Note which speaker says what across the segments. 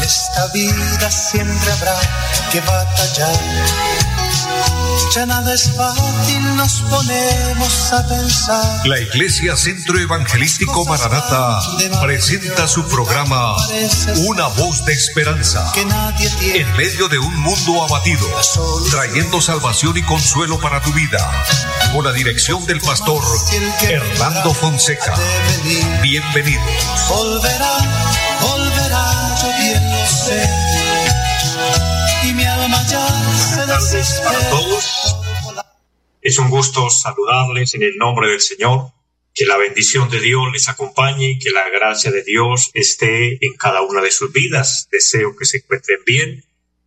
Speaker 1: esta vida siempre habrá que batallar. Ya nada es fácil, nos ponemos a pensar.
Speaker 2: La Iglesia Centro Evangelístico Maranata presenta su programa Una Voz de Esperanza, en medio de un mundo abatido, trayendo salvación y consuelo para tu vida, con la dirección del pastor Hernando Fonseca. Bienvenidos.
Speaker 1: Volverá, yo bien lo sé. Y mi alma ya se desespera.
Speaker 3: Para todos, es un gusto saludarles en el nombre del Señor. Que la bendición de Dios les acompañe, que la gracia de Dios esté en cada una de sus vidas. Deseo que se encuentren bien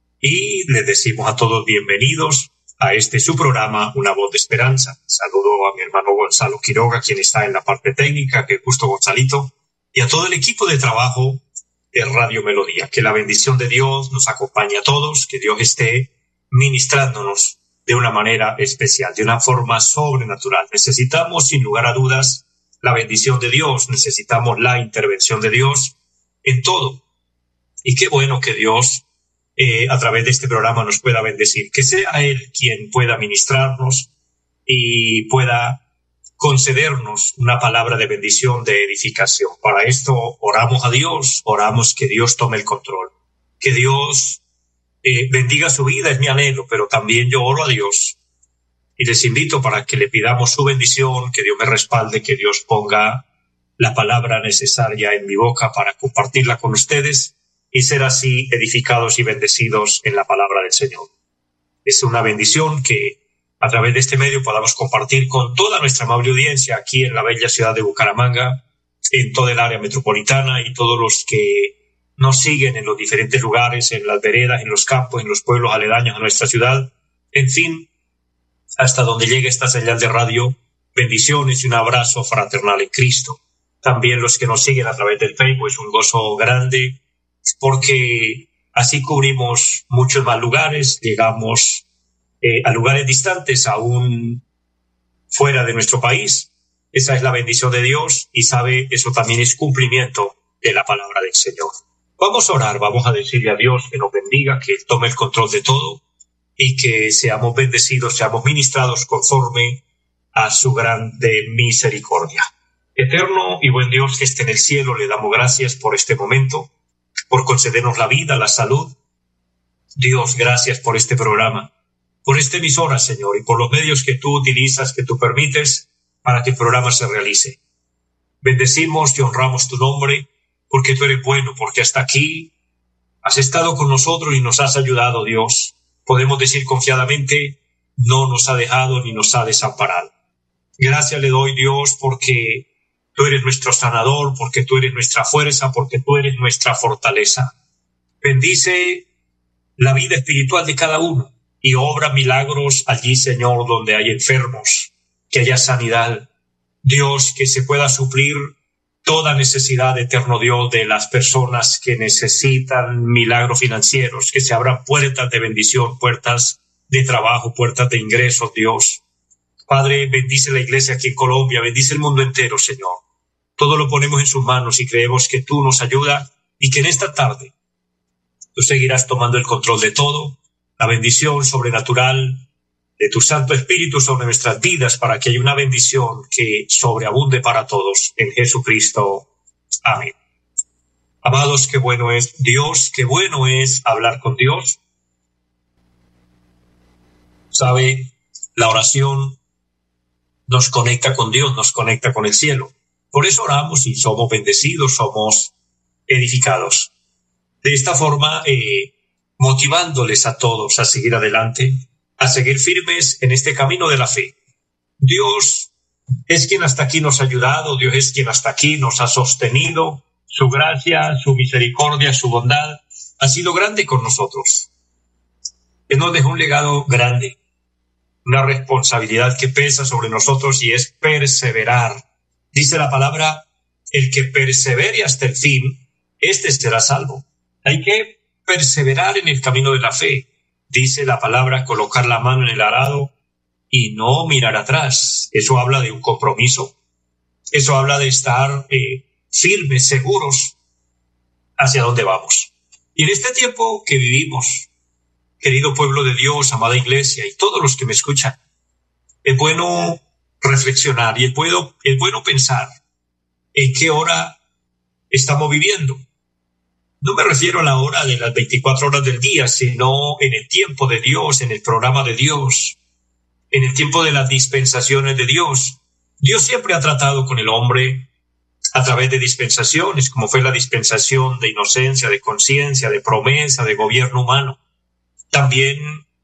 Speaker 3: y les decimos a todos bienvenidos a este su programa, Una Voz de Esperanza. Saludo a mi hermano Gonzalo Quiroga, quien está en la parte técnica, que justo Gonzalito, y a todo el equipo de trabajo de Radio Melodía. Que la bendición de Dios nos acompañe a todos, que Dios esté ministrándonos de una manera especial, de una forma sobrenatural. Necesitamos, sin lugar a dudas, la bendición de Dios, necesitamos la intervención de Dios en todo. Y qué bueno que Dios, a través de este programa, nos pueda bendecir, que sea Él quien pueda ministrarnos y pueda concedernos una palabra de bendición, de edificación. Para esto oramos a Dios, oramos que Dios tome el control, que Dios bendiga su vida, es mi anhelo, pero también yo oro a Dios y les invito para que le pidamos su bendición, que Dios me respalde, que Dios ponga la palabra necesaria en mi boca para compartirla con ustedes y ser así edificados y bendecidos en la palabra del Señor. Es una bendición que a través de este medio podamos compartir con toda nuestra amable audiencia aquí en la bella ciudad de Bucaramanga, en toda el área metropolitana y todos los que nos siguen en los diferentes lugares, en las veredas, en los campos, en los pueblos aledaños a nuestra ciudad. En fin, hasta donde llegue esta señal de radio, bendiciones y un abrazo fraternal en Cristo. También los que nos siguen a través del Facebook, es un gozo grande porque así cubrimos muchos más lugares, llegamos a lugares distantes, aún fuera de nuestro país. Esa es la bendición de Dios y sabe, eso también es cumplimiento de la palabra del Señor. Vamos a orar, vamos a decirle a Dios que nos bendiga, que Él tome el control de todo y que seamos bendecidos, seamos ministrados conforme a su grande misericordia. Eterno y buen Dios que esté en el cielo, le damos gracias por este momento, por concedernos la vida, la salud. Dios, gracias por este programa, por esta emisora, Señor, y por los medios que tú utilizas, que tú permites para que el programa se realice. Bendecimos y honramos tu nombre, porque tú eres bueno, porque hasta aquí has estado con nosotros y nos has ayudado, Dios. Podemos decir confiadamente, no nos ha dejado ni nos ha desamparado. Gracias le doy, Dios, porque tú eres nuestro sanador, porque tú eres nuestra fuerza, porque tú eres nuestra fortaleza. Bendice la vida espiritual de cada uno y obra milagros allí, Señor, donde hay enfermos, que haya sanidad. Dios, que se pueda suplir toda necesidad, eterno Dios, de las personas que necesitan milagros financieros, que se abran puertas de bendición, puertas de trabajo, puertas de ingresos, Dios. Padre, bendice la iglesia aquí en Colombia, bendice el mundo entero, Señor. Todo lo ponemos en sus manos y creemos que tú nos ayudas y que en esta tarde tú seguirás tomando el control de todo, la bendición sobrenatural de tu Santo Espíritu sobre nuestras vidas para que haya una bendición que sobreabunde para todos en Jesucristo. Amén. Amados, qué bueno es Dios, qué bueno es hablar con Dios. Sabe, la oración nos conecta con Dios, nos conecta con el cielo. Por eso oramos y somos bendecidos, somos edificados. De esta forma, motivándoles a todos a seguir adelante, a seguir firmes en este camino de la fe. Dios es quien hasta aquí nos ha ayudado, Dios es quien hasta aquí nos ha sostenido. Su gracia, su misericordia, su bondad ha sido grande con nosotros. Él nos dejó un legado grande, una responsabilidad que pesa sobre nosotros y es perseverar. Dice la palabra, el que persevere hasta el fin, este será salvo. Hay que perseverar en el camino de la fe. Dice la palabra, colocar la mano en el arado y no mirar atrás. Eso habla de un compromiso. Eso habla de estar firmes, seguros hacia dónde vamos. Y en este tiempo que vivimos, querido pueblo de Dios, amada iglesia y todos los que me escuchan, es bueno reflexionar y es bueno pensar en qué hora estamos viviendo. No me refiero a la hora de las 24 horas del día, sino en el tiempo de Dios, en el programa de Dios, en el tiempo de las dispensaciones de Dios. Dios siempre ha tratado con el hombre a través de dispensaciones, como fue la dispensación de inocencia, de conciencia, de promesa, de gobierno humano. También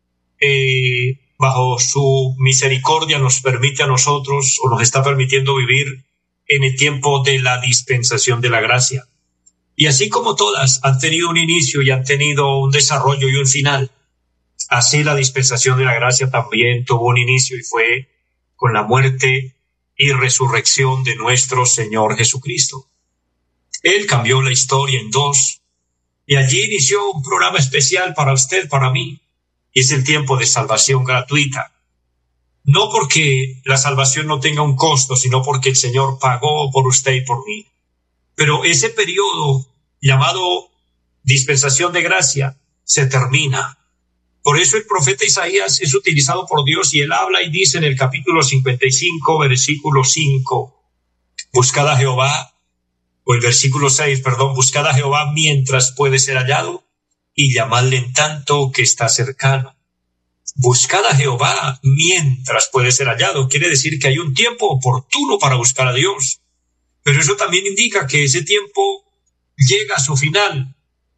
Speaker 3: bajo su misericordia nos permite a nosotros, o nos está permitiendo vivir en el tiempo de la dispensación de la gracia. Y así como todas han tenido un inicio y han tenido un desarrollo y un final, así la dispensación de la gracia también tuvo un inicio y fue con la muerte y resurrección de nuestro Señor Jesucristo. Él cambió la historia en dos y allí inició un programa especial para usted, para mí, y es el tiempo de salvación gratuita. No porque la salvación no tenga un costo, sino porque el Señor pagó por usted y por mí. Pero ese periodo llamado dispensación de gracia se termina. Por eso el profeta Isaías es utilizado por Dios y él habla y dice en el capítulo 55, versículo 5, buscad a Jehová, o el versículo 6, perdón, buscad a Jehová mientras puede ser hallado y llamadle en tanto que está cercano. Buscad a Jehová mientras puede ser hallado. Quiere decir que hay un tiempo oportuno para buscar a Dios. Pero eso también indica que ese tiempo llega a su final.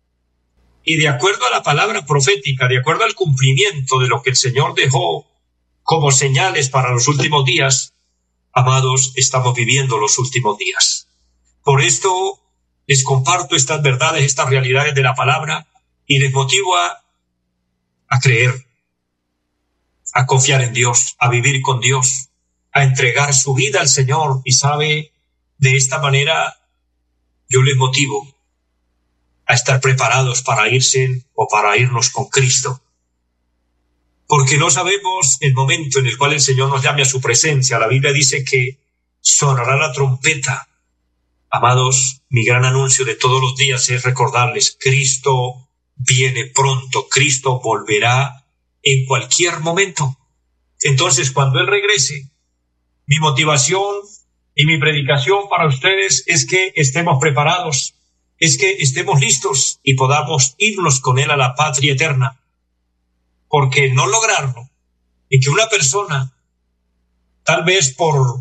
Speaker 3: Y de acuerdo a la palabra profética, de acuerdo al cumplimiento de lo que el Señor dejó como señales para los últimos días, amados, estamos viviendo los últimos días. Por esto les comparto estas verdades, estas realidades de la palabra y les motivo a creer, a confiar en Dios, a vivir con Dios, a entregar su vida al Señor. Y sabe, de esta manera yo les motivo a estar preparados para irse o para irnos con Cristo. Porque no sabemos el momento en el cual el Señor nos llame a su presencia. La Biblia dice que sonará la trompeta. Amados, mi gran anuncio de todos los días es recordarles, Cristo viene pronto, Cristo volverá en cualquier momento. Entonces, cuando Él regrese, mi motivación y mi predicación para ustedes es que estemos preparados, es que estemos listos y podamos irnos con Él a la patria eterna. Porque no lograrlo, y que una persona, tal vez por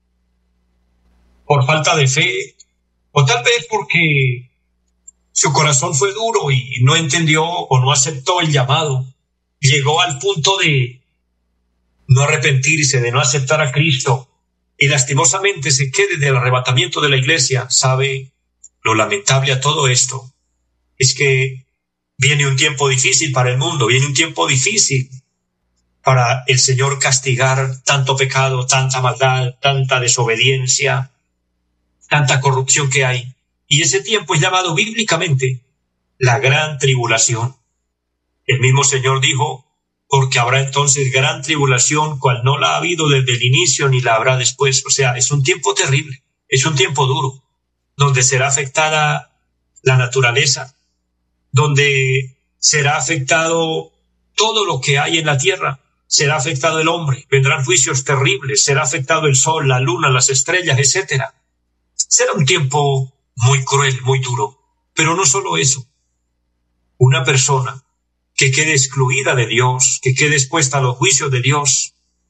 Speaker 3: falta de fe, o tal vez porque su corazón fue duro y no entendió o no aceptó el llamado, llegó al punto de no arrepentirse, de no aceptar a Cristo, y lastimosamente se quede del arrebatamiento de la iglesia. Sabe, lo lamentable a todo esto es que viene un tiempo difícil para el mundo, viene un tiempo difícil para el Señor castigar tanto pecado, tanta maldad, tanta desobediencia, tanta corrupción que hay. Y ese tiempo es llamado bíblicamente la gran tribulación. El mismo Señor dijo, porque habrá entonces gran tribulación, cual no la ha habido desde el inicio ni la habrá después. O sea, es un tiempo terrible, es un tiempo duro, donde será afectada la naturaleza, donde será afectado todo lo que hay en la tierra, será afectado el hombre, vendrán juicios terribles, será afectado el sol, la luna, las estrellas, etcétera. Será un tiempo muy cruel, muy duro, pero no solo eso. Una persona que quede excluida de Dios, que quede expuesta a los juicios de Dios,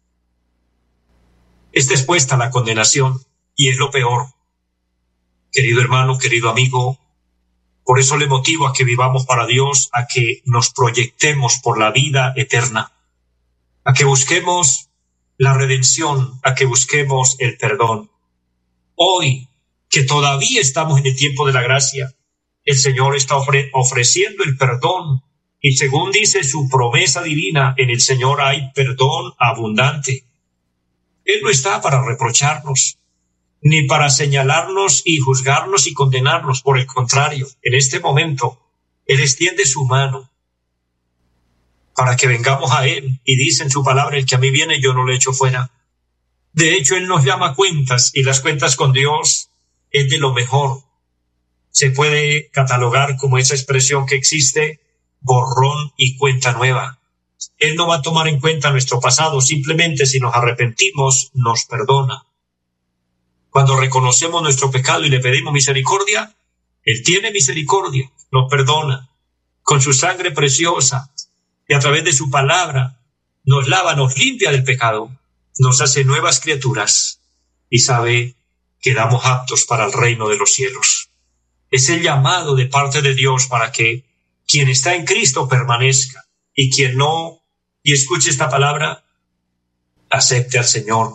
Speaker 3: está expuesta a la condenación, y es lo peor. Querido hermano, querido amigo, por eso le motivo a que vivamos para Dios, a que nos proyectemos por la vida eterna, a que busquemos la redención, a que busquemos el perdón. Hoy, que todavía estamos en el tiempo de la gracia, el Señor está ofreciendo el perdón, y según dice su promesa divina, en el Señor hay perdón abundante. Él no está para reprocharnos, ni para señalarnos y juzgarnos y condenarnos. Por el contrario, en este momento, Él extiende su mano para que vengamos a Él, y dice en su palabra, el que a mí viene, yo no le echo fuera. De hecho, Él nos llama a cuentas, y las cuentas con Dios es de lo mejor. se puede catalogar como esa expresión que existe, borrón y cuenta nueva. Él no va a tomar en cuenta nuestro pasado, simplemente si nos arrepentimos, nos perdona. Cuando reconocemos nuestro pecado y le pedimos misericordia, Él tiene misericordia, nos perdona. Con su sangre preciosa y a través de su palabra nos lava, nos limpia del pecado, nos hace nuevas criaturas y sabe que damos aptos para el reino de los cielos. Es el llamado de parte de Dios para que quien está en Cristo permanezca y quien no, y escuche esta palabra, acepte al Señor,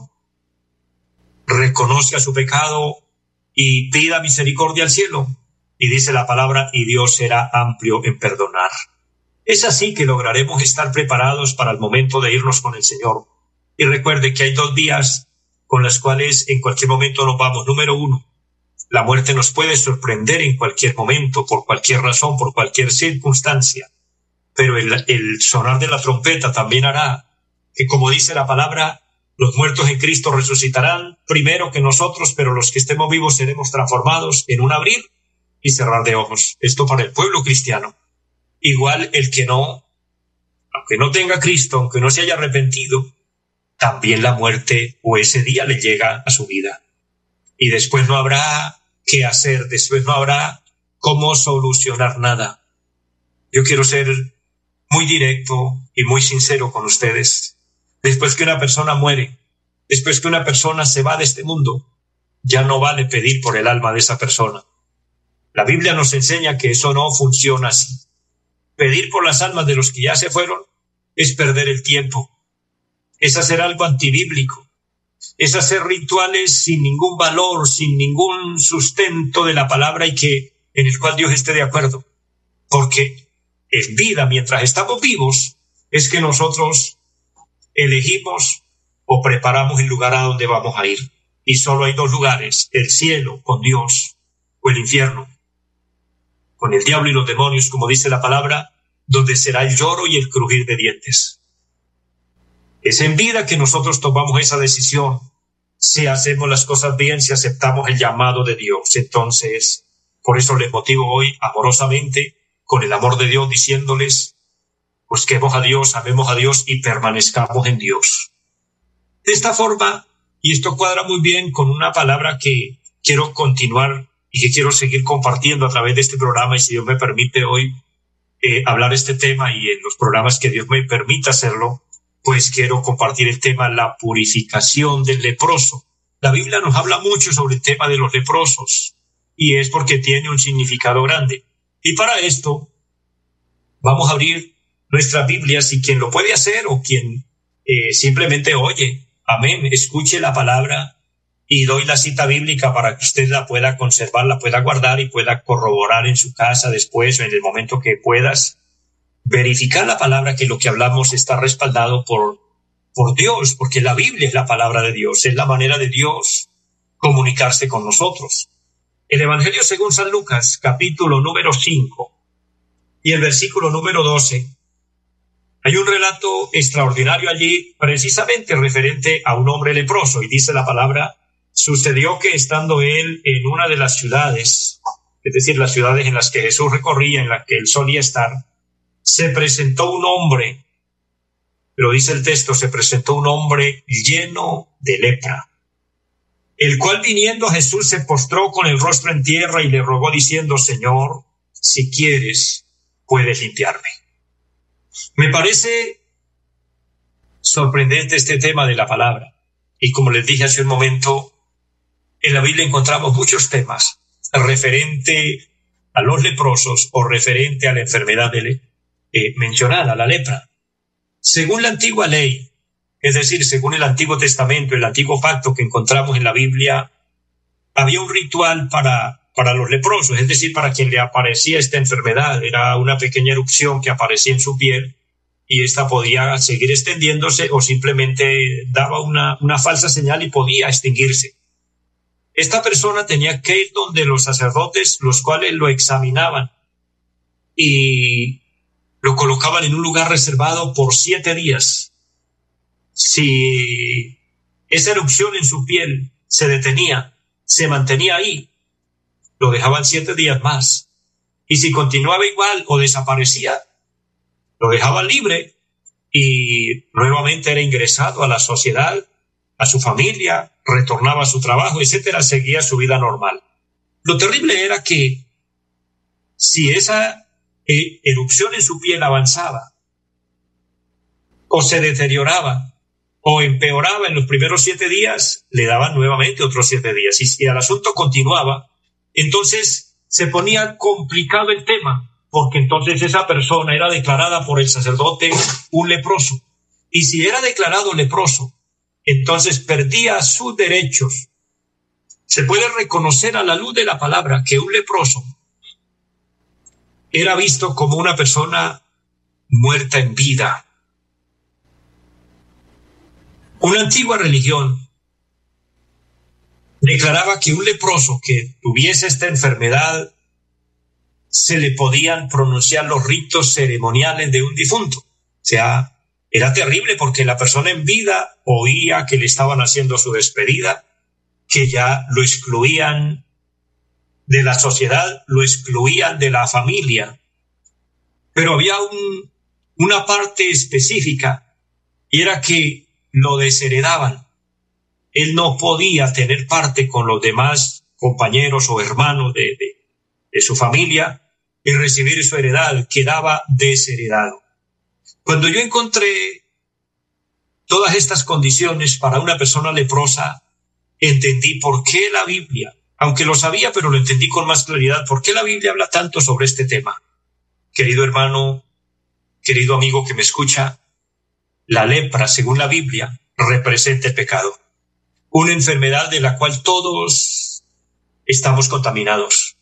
Speaker 3: reconozca su pecado y pida misericordia al cielo. Y dice la palabra, y Dios será amplio en perdonar. Es así que lograremos estar preparados para el momento de irnos con el Señor. Y recuerde que hay 2 vías con las cuales en cualquier momento nos vamos. Número 1, la muerte nos puede sorprender en cualquier momento, por cualquier razón, por cualquier circunstancia. Pero el sonar de la trompeta también hará que, como dice la palabra, los muertos en Cristo resucitarán primero que nosotros, pero los que estemos vivos seremos transformados en un abrir y cerrar de ojos. Esto para el pueblo cristiano. Igual el que no, aunque no tenga Cristo, aunque no se haya arrepentido, también la muerte o ese día le llega a su vida. Y después no habrá qué hacer, después no habrá cómo solucionar nada. Yo quiero ser muy directo y muy sincero con ustedes. Después que una persona muere, después que una persona se va de este mundo, ya no vale pedir por el alma de esa persona. La Biblia nos enseña que eso no funciona así. Pedir por las almas de los que ya se fueron es perder el tiempo, es hacer algo antibíblico, es hacer rituales sin ningún valor, sin ningún sustento de la palabra y en el cual Dios esté de acuerdo. Porque en vida, mientras estamos vivos, es que nosotros elegimos o preparamos el lugar a donde vamos a ir. Y solo hay 2 lugares, el cielo con Dios o el infierno con el diablo y los demonios, como dice la palabra, donde será el lloro y el crujir de dientes. Es en vida que nosotros tomamos esa decisión, si hacemos las cosas bien, si aceptamos el llamado de Dios. Entonces, por eso les motivo hoy amorosamente, con el amor de Dios, diciéndoles, busquemos a Dios, amemos a Dios y permanezcamos en Dios. De esta forma, y esto cuadra muy bien con una palabra que quiero continuar y que quiero seguir compartiendo a través de este programa, y si Dios me permite hoy hablar este tema y en los programas que Dios me permita hacerlo, pues quiero compartir el tema la purificación del leproso. La Biblia nos habla mucho sobre el tema de los leprosos y es porque tiene un significado grande. Y para esto vamos a abrir nuestras Biblias y quien lo puede hacer o quien simplemente oye, amén, escuche la palabra y doy la cita bíblica para que usted la pueda conservar, la pueda guardar y pueda corroborar en su casa después o en el momento que puedas. Verificar la palabra, que lo que hablamos está respaldado por Dios, porque la Biblia es la palabra de Dios, es la manera de Dios comunicarse con nosotros. El Evangelio según San Lucas, capítulo número 5 y el versículo número 12. Hay un relato extraordinario allí, precisamente referente a un hombre leproso, y dice la palabra: sucedió que estando él en una de las ciudades, es decir, las ciudades en las que Jesús recorría, en las que él solía estar, se presentó un hombre, lo dice el texto, se presentó un hombre lleno de lepra, el cual viniendo a Jesús se postró con el rostro en tierra y le rogó diciendo: Señor, si quieres, puedes limpiarme. Me parece sorprendente este tema de la palabra. Y como les dije hace un momento, en la Biblia encontramos muchos temas referente a los leprosos o referente a la enfermedad mencionada, la lepra. Según la antigua ley, es decir, según el Antiguo Testamento, el Antiguo Pacto que encontramos en la Biblia, había un ritual para los leprosos, es decir, para quien le aparecía esta enfermedad. Era una pequeña erupción que aparecía en su piel y esta podía seguir extendiéndose o simplemente daba una falsa señal y podía extinguirse. Esta persona tenía que ir donde los sacerdotes, los cuales lo examinaban y lo colocaban en un lugar reservado por 7 días. Si esa erupción en su piel se detenía, se mantenía ahí, lo dejaban 7 días más. Y si continuaba igual o desaparecía, lo dejaban libre y nuevamente era ingresado a la sociedad, a su familia, retornaba a su trabajo, etcétera, seguía su vida normal. Lo terrible era que si esa erupción en su piel avanzaba o se deterioraba o empeoraba en los primeros 7 días, le daban nuevamente otros 7 días. Y si el asunto continuaba, entonces se ponía complicado el tema, porque entonces esa persona era declarada por el sacerdote un leproso. Y si era declarado leproso, entonces perdía sus derechos. Se puede reconocer a la luz de la palabra que un leproso era visto como una persona muerta en vida. Una antigua religión declaraba que un leproso que tuviese esta enfermedad se le podían pronunciar los ritos ceremoniales de un difunto. O sea, era terrible porque la persona en vida oía que le estaban haciendo su despedida, que ya lo excluían de la sociedad, lo excluían de la familia. Pero había una parte específica, y era que lo desheredaban. Él no podía tener parte con los demás compañeros o hermanos de su familia y recibir su heredad, quedaba desheredado. Cuando yo encontré todas estas condiciones para una persona leprosa, entendí por qué la Biblia, aunque lo sabía, pero lo entendí con más claridad, por qué la Biblia habla tanto sobre este tema. Querido hermano, querido amigo que me escucha, la lepra, según la Biblia, representa el pecado. Una enfermedad de la cual todos estamos contaminados.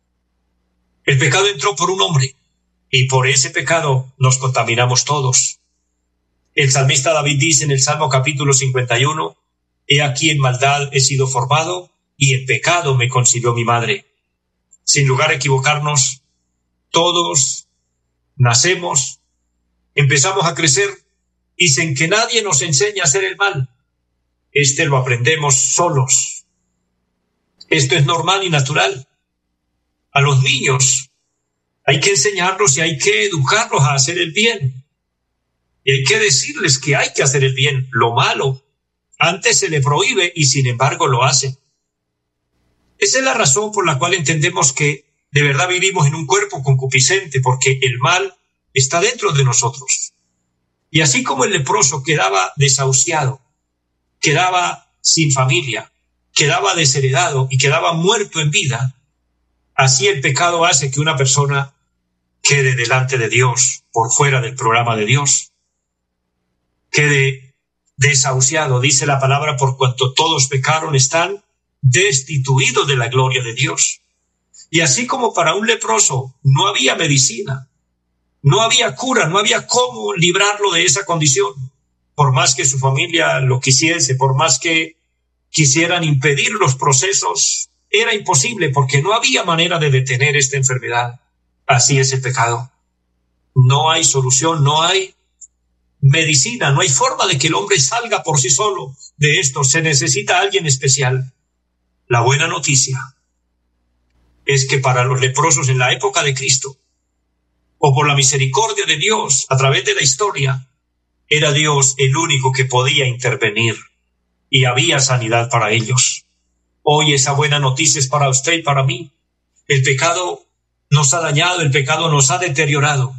Speaker 3: El pecado entró por un hombre y por ese pecado nos contaminamos todos. El salmista David dice en el Salmo capítulo 51, «He aquí en maldad he sido formado y en pecado me concibió mi madre». Sin lugar a equivocarnos, todos nacemos, empezamos a crecer y sin que nadie nos enseñe a hacer el mal. Lo aprendemos solos. Esto es normal y natural. A los niños hay que enseñarlos y hay que educarlos a hacer el bien. Y hay que decirles que hay que hacer el bien. Lo malo antes se le prohíbe y sin embargo lo hacen. Esa es la razón por la cual entendemos que de verdad vivimos en un cuerpo concupiscente, porque el mal está dentro de nosotros. Y así como el leproso quedaba desahuciado, quedaba sin familia, quedaba desheredado y quedaba muerto en vida, así el pecado hace que una persona quede delante de Dios, por fuera del programa de Dios, quede desahuciado. Dice la palabra, por cuanto todos pecaron, están destituidos de la gloria de Dios. Y así como para un leproso no había medicina, no había cura, no había cómo librarlo de esa condición, por más que su familia lo quisiese, por más que quisieran impedir los procesos, era imposible porque no había manera de detener esta enfermedad. Así es el pecado. No hay solución, no hay medicina, no hay forma de que el hombre salga por sí solo de esto. Se necesita alguien especial. La buena noticia es que para los leprosos en la época de Cristo, o por la misericordia de Dios a través de la historia, era Dios el único que podía intervenir y había sanidad para ellos. Hoy esa buena noticia es para usted y para mí. El pecado nos ha dañado, el pecado nos ha deteriorado.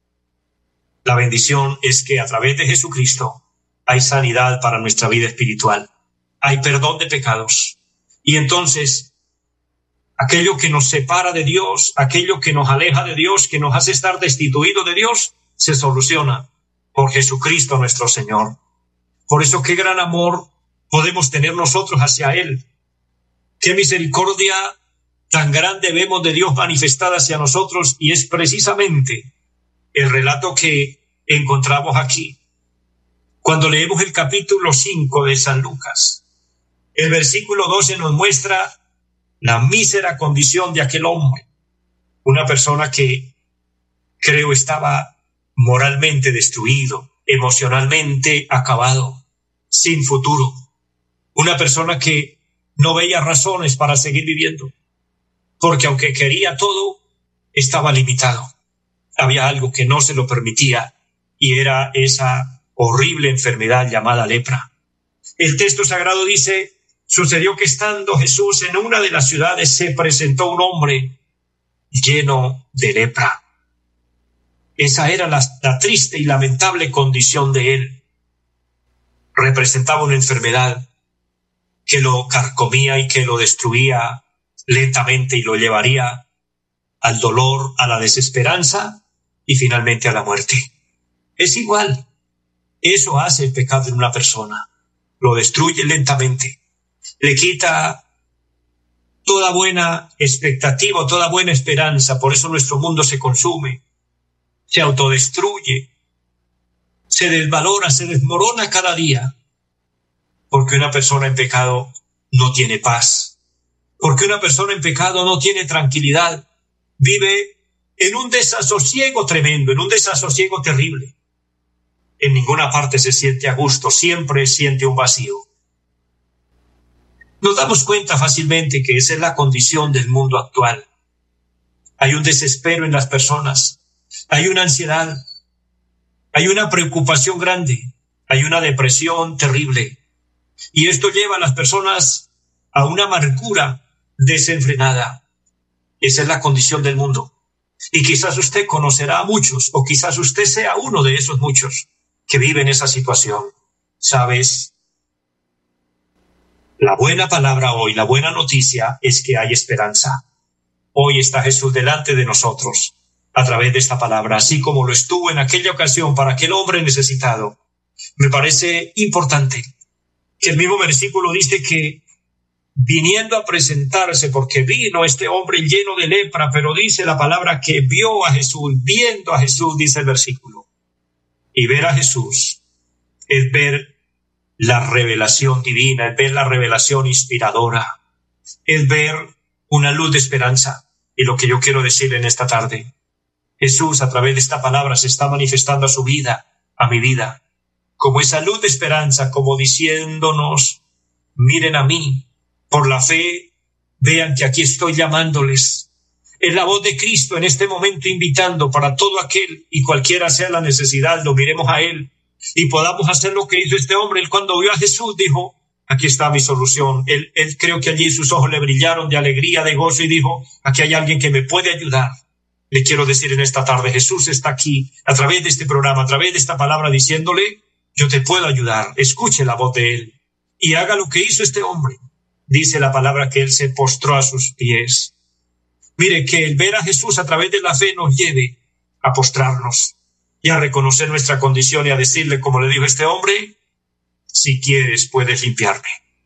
Speaker 3: La bendición es que a través de Jesucristo hay sanidad para nuestra vida espiritual. Hay perdón de pecados. Y entonces, aquello que nos separa de Dios, aquello que nos aleja de Dios, que nos hace estar destituidos de Dios, se soluciona por Jesucristo nuestro Señor. Por eso, qué gran amor podemos tener nosotros hacia Él. Qué misericordia tan grande vemos de Dios manifestada hacia nosotros, y es precisamente el relato que encontramos aquí. Cuando leemos el capítulo 5 de San Lucas, el versículo 12 nos muestra la mísera condición de aquel hombre, una persona que creo estaba moralmente destruido, emocionalmente acabado, sin futuro, una persona que no veía razones para seguir viviendo. porque aunque quería todo, estaba limitado. Había algo que no se lo permitía, y era esa horrible enfermedad llamada lepra. El texto sagrado dice: sucedió que estando Jesús en una de las ciudades, se presentó un hombre lleno de lepra. Esa era la triste y lamentable condición de él. Representaba una enfermedad que lo carcomía y que lo destruía lentamente y lo llevaría al dolor, a la desesperanza y finalmente a la muerte. Es igual. Eso hace el pecado en una persona. Lo destruye lentamente. Le quita toda buena expectativa, toda buena esperanza. Por eso nuestro mundo se consume, se autodestruye, se desvalora, se desmorona cada día. Porque una persona en pecado no tiene paz. Porque una persona en pecado no tiene tranquilidad. Vive en un desasosiego tremendo, en un desasosiego terrible. En ninguna parte se siente a gusto, siempre siente un vacío. Nos damos cuenta fácilmente que esa es la condición del mundo actual. Hay un desespero en las personas, hay una ansiedad, hay una preocupación grande, hay una depresión terrible. Y esto lleva a las personas a una amargura desenfrenada. Esa es la condición del mundo. Y quizás usted conocerá a muchos, o quizás usted sea uno de esos muchos que viven esa situación. ¿Sabes? La buena palabra hoy, la buena noticia es que hay esperanza. Hoy está Jesús delante de nosotros a través de esta palabra, así como lo estuvo en aquella ocasión para aquel hombre necesitado. Me parece importante que el mismo versículo dice que viniendo a presentarse, porque vino este hombre lleno de lepra, pero dice la palabra que vio a Jesús, viendo a Jesús, dice el versículo. Y ver a Jesús es ver la revelación divina, es ver la revelación inspiradora, es ver una luz de esperanza. Y lo que yo quiero decir en esta tarde, Jesús a través de esta palabra se está manifestando a su vida, a mi vida, como esa luz de esperanza, como diciéndonos: miren a mí, por la fe, vean que aquí estoy llamándoles. Es la voz de Cristo en este momento invitando para todo aquel y cualquiera sea la necesidad, lo miremos a Él y podamos hacer lo que hizo este hombre. Él cuando vio a Jesús dijo: aquí está mi solución. Él creo que allí sus ojos le brillaron de alegría, de gozo, y dijo: aquí hay alguien que me puede ayudar. Le quiero decir en esta tarde, Jesús está aquí a través de este programa, a través de esta palabra, diciéndole: yo te puedo ayudar. Escuche la voz de Él y haga lo que hizo este hombre. Dice la palabra que Él se postró a sus pies. Mire, que el ver a Jesús a través de la fe nos lleve a postrarnos y a reconocer nuestra condición y a decirle, como le dijo este hombre: si quieres, puedes limpiarme.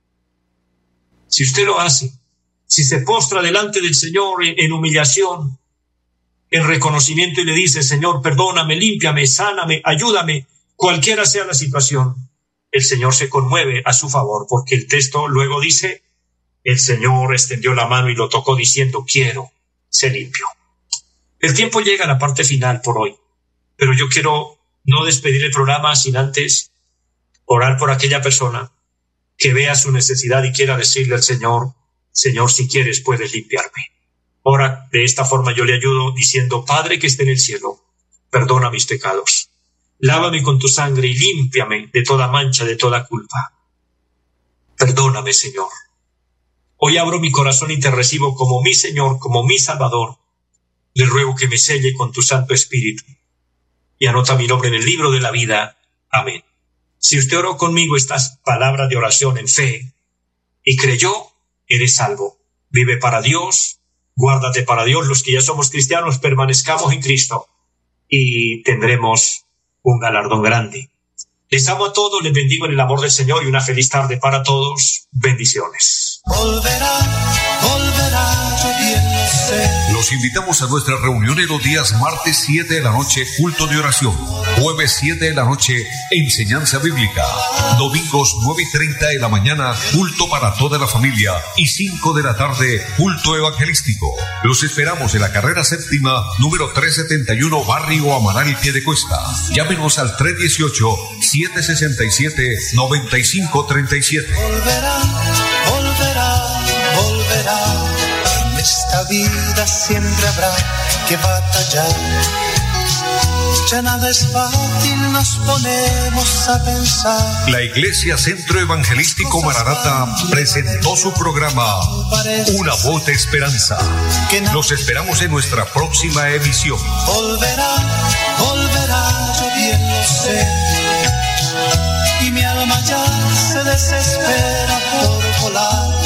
Speaker 3: Si usted lo hace, si se postra delante del Señor en humillación, en reconocimiento, y le dice: Señor, perdóname, límpiame, sáname, ayúdame, cualquiera sea la situación, el Señor se conmueve a su favor, porque el texto luego dice: el Señor extendió la mano y lo tocó diciendo: quiero, sé limpio. El tiempo llega a la parte final por hoy, pero yo quiero no despedir el programa sin antes orar por aquella persona que vea su necesidad y quiera decirle al Señor: Señor, si quieres, puedes limpiarme. Ora de esta forma, yo le ayudo diciendo: Padre que esté en el cielo, perdona mis pecados. Lávame con tu sangre y límpiame de toda mancha, de toda culpa. Perdóname, Señor. Hoy abro mi corazón y te recibo como mi Señor, como mi Salvador. Le ruego que me selle con tu Santo Espíritu y anota mi nombre en el libro de la vida. Amén. Si usted oró conmigo estas palabras de oración en fe y creyó, eres salvo. Vive para Dios, guárdate para Dios. Los que ya somos cristianos, permanezcamos en Cristo y tendremos un galardón grande. Les amo a todos, les bendigo en el amor del Señor y una feliz tarde para todos. Bendiciones.
Speaker 1: Volverá, yo bien lo sé.
Speaker 2: Los invitamos a nuestra reunión en los días martes 7 de la noche, culto de oración, jueves 7 de la noche, enseñanza bíblica, domingos 9:30 de la mañana, culto para toda la familia, y 5 de la tarde, culto evangelístico. Los esperamos en la carrera séptima, número 371, barrio Amaral, Piedecuesta. Llámenos al 318-767-9537.
Speaker 1: Volverá, en esta vida siempre habrá que batallar. Ya nada es fácil, nos ponemos a pensar.
Speaker 2: La Iglesia Centro Evangelístico Maranata presentó su programa Una Voz de Esperanza. Los esperamos en nuestra próxima emisión.
Speaker 1: Volverá, yo bien lo sé. Y mi alma ya se desespera por volar.